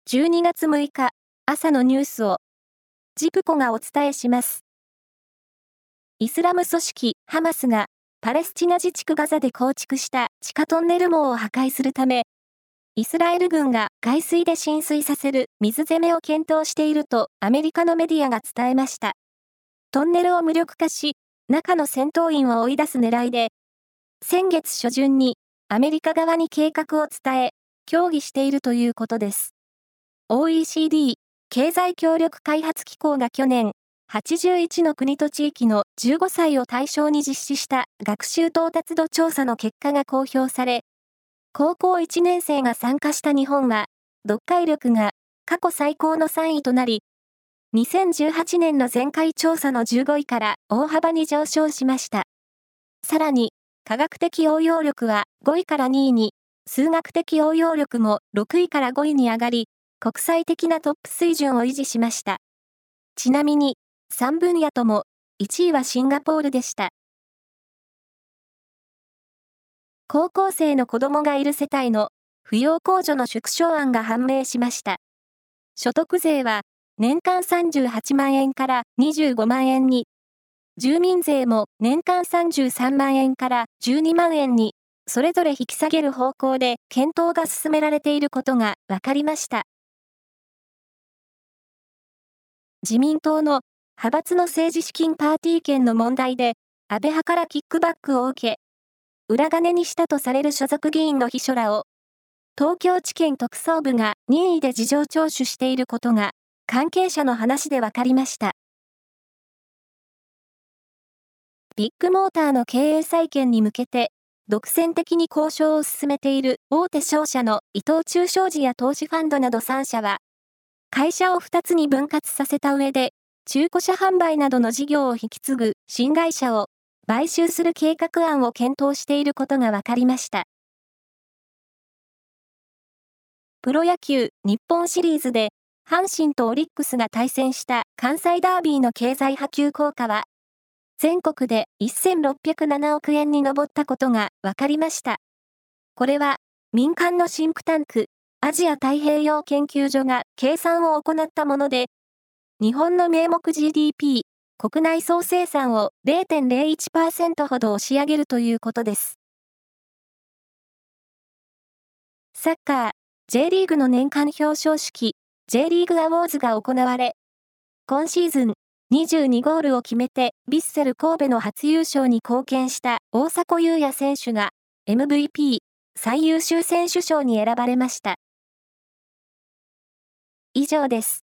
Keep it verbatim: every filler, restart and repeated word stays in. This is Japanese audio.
じゅうにがつむいか、朝のニュースを、ジプコがお伝えします。イスラム組織ハマスが、パレスチナ自治区ガザで構築した地下トンネル網を破壊するため、イスラエル軍が海水で浸水させる水攻めを検討しているとアメリカのメディアが伝えました。トンネルを無力化し、中の戦闘員を追い出す狙いで、先月初旬にアメリカ側に計画を伝え、協議しているということです。オーイーシーディー 経済協力開発機構が去年、はちじゅういちの国と地域のじゅうごさいを対象に実施した学習到達度調査の結果が公表され、高校いちねん生が参加した日本は、読解力が過去最高のさんいとなり、にせんじゅうはちねんの前回調査のじゅうごいから大幅に上昇しました。さらに、科学的応用力はごいからにいに、数学的応用力もろくいからごいに上がり、国際的なトップ水準を維持しました。ちなみに、さんぶんやとも、いちいはシンガポールでした。高校生の子供がいる世帯の扶養控除の縮小案が判明しました。所得税は年間さんじゅうはちまんえんからにじゅうごまんえんに、住民税も年間さんじゅうさんまんえんからじゅうにまんえんに、それぞれ引き下げる方向で検討が進められていることが分かりました。自民党の派閥の政治資金パーティー券の問題で、安倍派からキックバックを受け、裏金にしたとされる所属議員の秘書らを、東京地検特捜部が任意で事情聴取していることが、関係者の話で分かりました。ビッグモーターの経営再建に向けて、独占的に交渉を進めている大手商社の伊藤忠商事や投資ファンドなどさんしゃは、会社をふたつに分割させた上で、中古車販売などの事業を引き継ぐ新会社を買収する計画案を検討していることが分かりました。プロ野球日本シリーズで、阪神とオリックスが対戦した関西ダービーの経済波及効果は、全国でせんろっぴゃくななおくえんに上ったことが分かりました。これは民間のシンクタンク、アジア太平洋研究所が計算を行ったもので、日本の名目 ジーディーピー、国内総生産を れいてんれいいちパーセント ほど押し上げるということです。サッカー、J リーグの年間表彰式、J リーグアウォーズが行われ、今シーズンにじゅうにゴールを決めてヴィッセル神戸の初優勝に貢献した大迫勇也選手が エムブイピー 最優秀選手賞に選ばれました。以上です。